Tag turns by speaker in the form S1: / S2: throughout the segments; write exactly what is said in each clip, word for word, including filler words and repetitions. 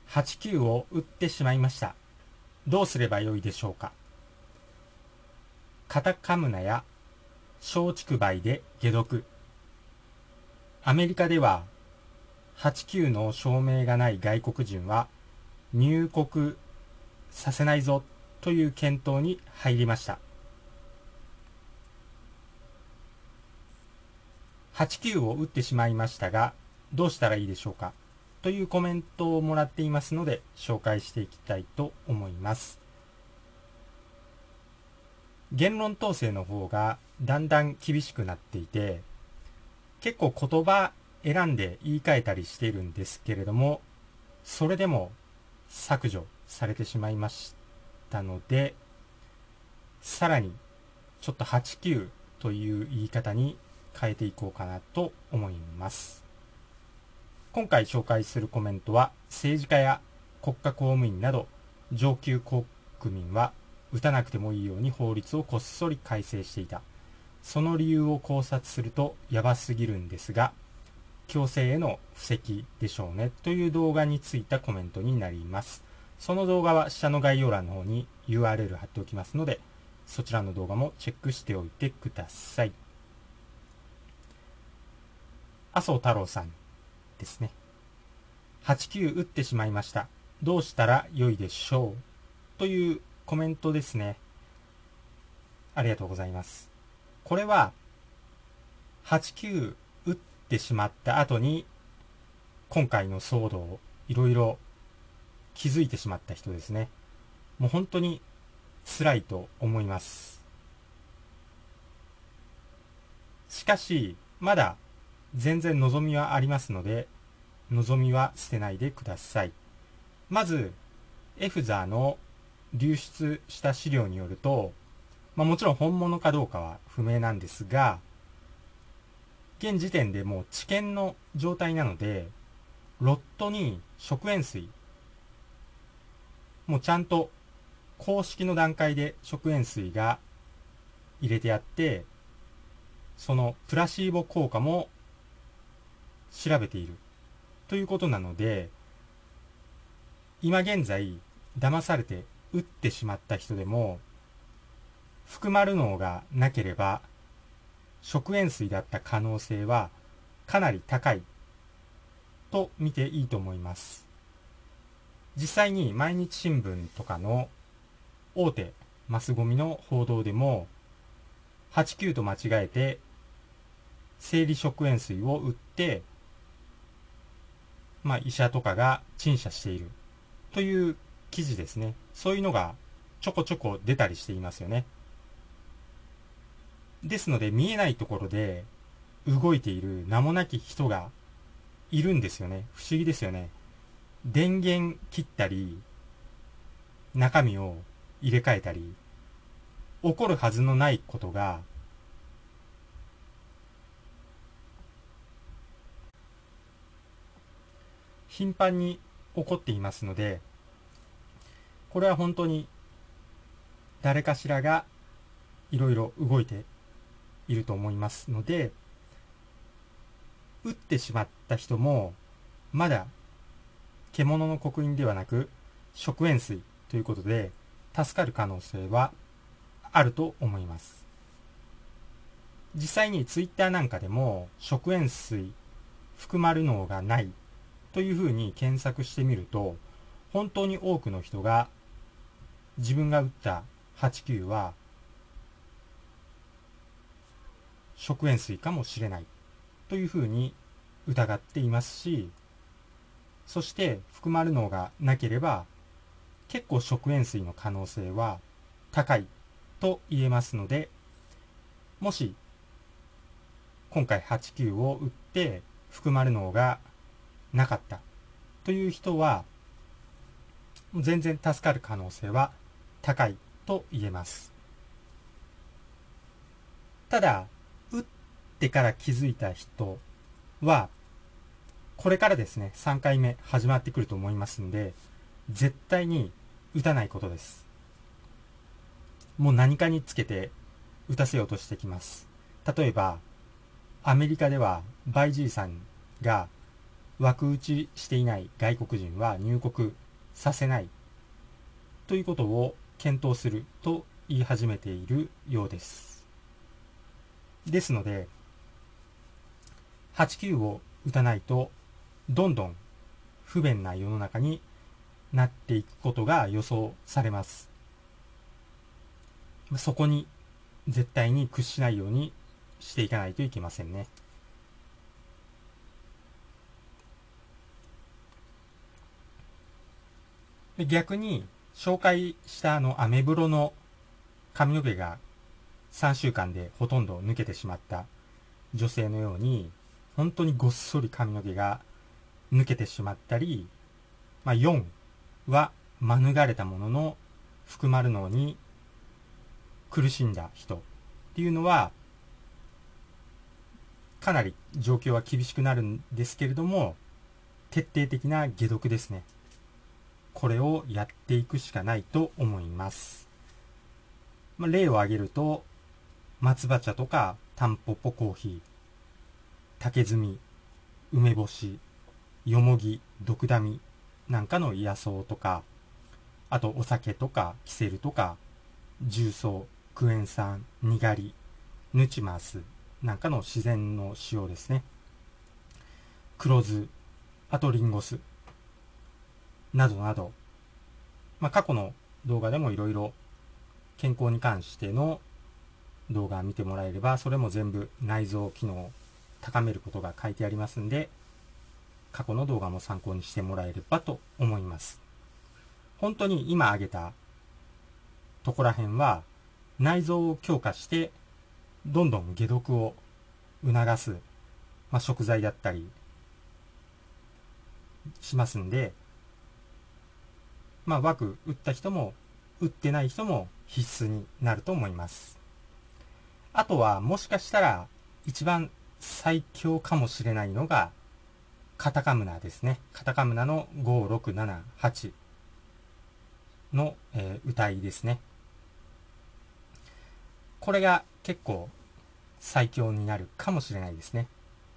S1: はちきゅうを打ってしまいました。どうすればよいでしょうか。カタカムナや松竹梅で解毒。アメリカでははちきゅうの証明がない外国人は入国させないぞという検討に入りました。はちきゅうを打ってしまいましたがどうしたらいいでしょうかというコメントをもらっていますので紹介していきたいと思います。言論統制の方がだんだん厳しくなっていて、結構言葉選んで言い換えたりしているんですけれども、それでも削除されてしまいましたので、さらにちょっとはちきゅうという言い方に変えていこうかなと思います。今回紹介するコメントは、政治家や国家公務員など上級国民は打たなくてもいいように法律をこっそり改正していた。その理由を考察するとやばすぎるんですが、強制への布石でしょうねという動画についたコメントになります。その動画は下の概要欄の方に ユーアールエル 貼っておきますので、そちらの動画もチェックしておいてください。麻生太郎さんですね。はちきゅう打ってしまいました。どうしたら良いでしょうというコメントですね。ありがとうございます。これははちきゅう打ってしまった後に今回の騒動をいろいろ気づいてしまった人ですね。もう本当に辛いと思います。しかしまだ全然望みはありますので、望みは捨てないでください。まずエフザーの流出した資料によると、まあ、もちろん本物かどうかは不明なんですが、現時点でもう治験の状態なので、ロットに食塩水、もうちゃんと公式の段階で食塩水が入れてあって、そのプラシーボ効果も調べているということなので、今現在騙されて打ってしまった人でも含まるのがなければ食塩水だった可能性はかなり高いと見ていいと思います。実際に毎日新聞とかの大手マスゴミの報道でもはちきゅうと間違えて生理食塩水を打って、まあ、医者とかが陳謝しているという記事ですね。そういうのがちょこちょこ出たりしていますよね。ですので見えないところで動いている名もなき人がいるんですよね。不思議ですよね。電源切ったり中身を入れ替えたり起こるはずのないことが頻繁に起こっていますので、これは本当に誰かしらがいろいろ動いていると思いますので、打ってしまった人もまだ獣の刻印ではなく食塩水ということで助かる可能性はあると思います。実際にツイッターなんかでも食塩水含まるのがないというふうに検索してみると、本当に多くの人が自分が打ったはちきゅうは食塩水かもしれないというふうに疑っていますし、そして含まるのがなければ結構食塩水の可能性は高いと言えますので、もし今回はちきゅうを打って含まるのがなかったという人は全然助かる可能性は高いと言えます。ただ打ってから気づいた人はこれからですね、さんかいめ始まってくると思いますので、絶対に打たないことです。もう何かにつけて打たせようとしてきます。例えばアメリカではバイジーさんが枠打ちしていない外国人は入国させないということを検討すると言い始めているようです。ですので、はちきゅうを打たないとどんどん不便な世の中になっていくことが予想されます。そこに絶対に屈しないようにしていかないといけませんね。で、逆に紹介したあのアメブロの髪の毛がさんしゅうかんでほとんど抜けてしまった女性のように、本当にごっそり髪の毛が抜けてしまったり、まあ、よんは免れたものの含まるのに苦しんだ人っていうのはかなり状況は厳しくなるんですけれども、徹底的な解毒ですね。これをやっていくしかないと思います。まあ、例を挙げると、松葉茶とかタンポポコーヒー、竹炭、梅干し、よもぎ、ドクダミなんかの野草とか、あとお酒とかキセルとか重曹、クエン酸、にがり、ヌチマスなんかの自然の塩ですね。黒酢、あとリンゴ酢などなど、まあ、過去の動画でもいろいろ健康に関しての動画見てもらえれば、それも全部内臓機能を高めることが書いてありますんで、過去の動画も参考にしてもらえればと思います。本当に今挙げたとこら辺は内臓を強化してどんどん解毒を促す、まあ、食材だったりしますんで、まあ、枠打った人も打ってない人も必須になると思います。あとはもしかしたら一番最強かもしれないのがカタカムナですね。カタカムナのご、ろく、なな、はちの、えー、歌いですね。これが結構最強になるかもしれないですね。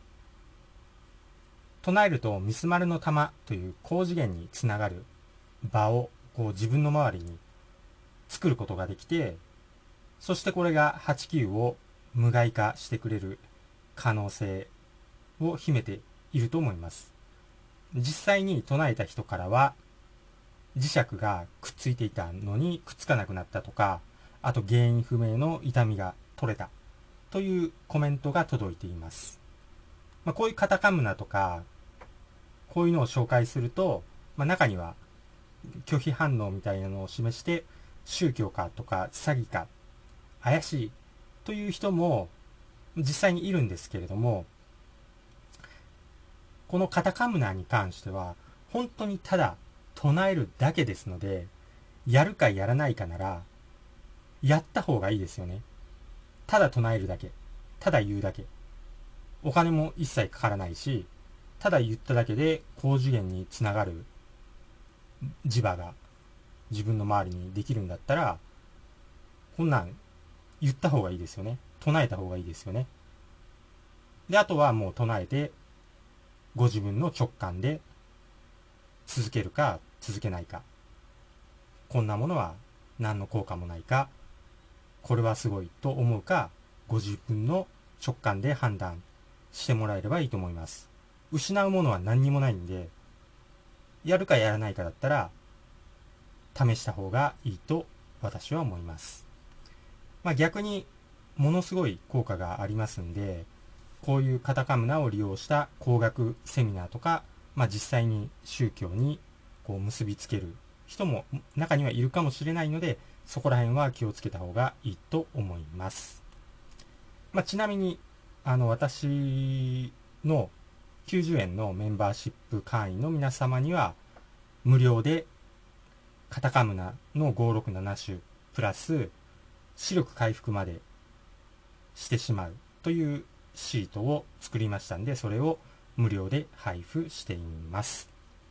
S1: 唱えるとミスマルの玉という高次元につながる場をこう自分の周りに作ることができて、そしてこれがはちきゅうを無害化してくれる可能性を秘めていると思います。実際に唱えた人からは磁石がくっついていたのにくっつかなくなったとか、あと原因不明の痛みが取れたというコメントが届いています。まあ、こういうカタカムナとかこういうのを紹介すると、まあ、中には拒否反応みたいなのを示して宗教かとか詐欺か怪しいという人も実際にいるんですけれども、このカタカムナに関しては本当にただ唱えるだけですので、やるかやらないかならやった方がいいですよね。ただ唱えるだけ、ただ言うだけ、お金も一切かからないし、ただ言っただけで高次元につながる磁場が自分の周りにできるんだったら、こんなん言った方がいいですよね。唱えた方がいいですよね。で、あとはもう唱えてご自分の直感で続けるか続けないか、こんなものは何の効果もないか、これはすごいと思うか、ご自分の直感で判断してもらえればいいと思います。失うものは何にもないんで、やるかやらないかだったら試した方がいいと私は思います。まあ、逆にものすごい効果がありますんで、こういうカタカムナを利用した高額セミナーとか、まあ、実際に宗教にこう結びつける人も中にはいるかもしれないので、そこら辺は気をつけた方がいいと思います。まあ、ちなみにあの私のきゅうじゅうえんのメンバーシップ会員の皆様には無料でカタカムナのごろくなな種プラス視力回復までしてしまうというシートを作りましたんで、それを無料で配布しています。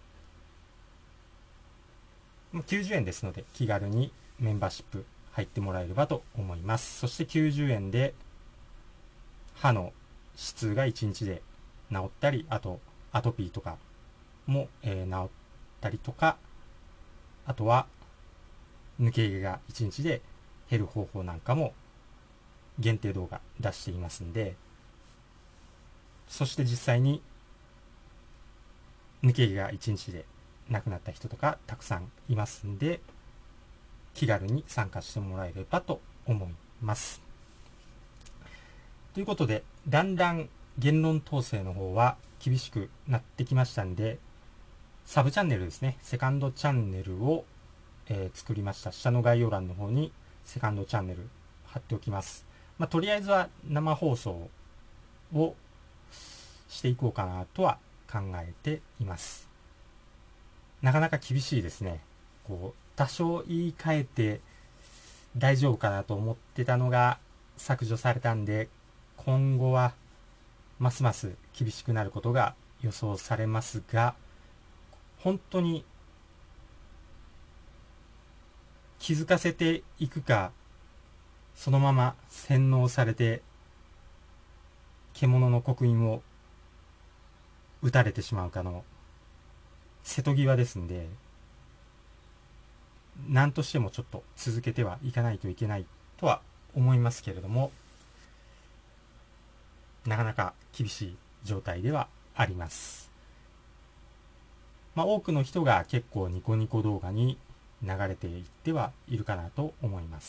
S1: きゅうじゅうえんですので気軽にメンバーシップ入ってもらえればと思います。そしてきゅうじゅうえんで歯の歯痛がいちにちで治ったり、あとアトピーとかも、えー、治ったりとか、あとは抜け毛がいちにちで減る方法なんかも限定動画出していますんで、そして実際に抜け毛がいちにちでなくなった人とかたくさんいますんで、気軽に参加してもらえればと思います。ということで、だんだん言論統制の方は厳しくなってきましたんで、サブチャンネルですね、セカンドチャンネルを、えー作りました。下の概要欄の方にセカンドチャンネル貼っておきます。まあ、とりあえずは生放送をしていこうかなとは考えています。なかなか厳しいですね。こう多少言い換えて大丈夫かなと思ってたのが削除されたんで、今後はますます厳しくなることが予想されますが、本当に気づかせていくか、そのまま洗脳されて獣の刻印を打たれてしまうかの瀬戸際ですんで、何としてもちょっと続けてはいかないといけないとは思いますけれども、なかなか厳しい状態ではあります。まあ、多くの人が結構ニコニコ動画に流れていってはいるかなと思います。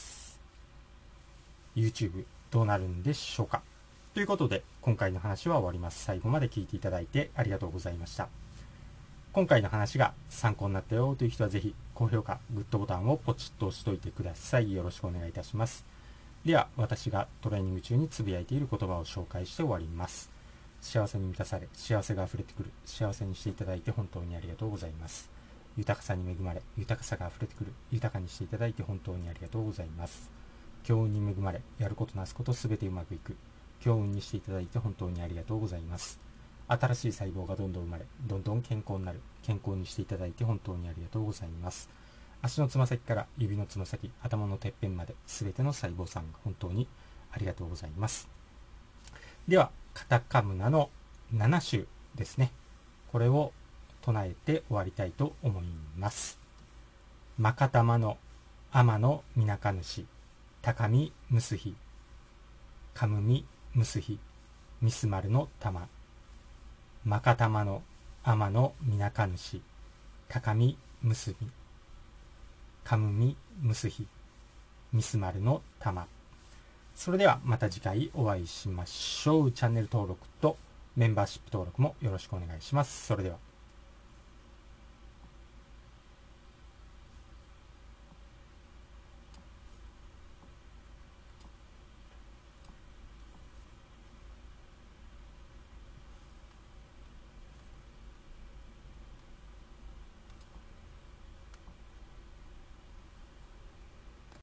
S1: YouTube どうなるんでしょうか。ということで今回の話は終わります。最後まで聞いていただいてありがとうございました。今回の話が参考になったよという人はぜひ高評価、グッドボタンをポチッと押しといてください。よろしくお願いいたします。では私がトレーニング中につぶやいている言葉を紹介して終わります。幸せに満たされ、幸せが溢れてくる、幸せにしていただいて本当にありがとうございます。豊かさに恵まれ、豊かさが溢れてくる、豊かにしていただいて本当にありがとうございます。強運に恵まれ、やることなすことすべてうまくいく、強運にしていただいて本当にありがとうございます。新しい細胞がどんどん生まれ、どんどん健康になる、健康にしていただいて本当にありがとうございます。足のつま先から指のつま先、頭のてっぺんまで、すべての細胞さんが本当にありがとうございます。では、カタカムナのなな種ですね。これを唱えて終わりたいと思います。まかたまの天のみなかぬし、高みむすひ、かむみむすひ、みすまるの玉。まかたまの天のみなかぬし、高みむすび、かむみむすひ、みすまるの玉。それではまた次回お会いしましょう。チャンネル登録とメンバーシップ登録もよろしくお願いします。それでは。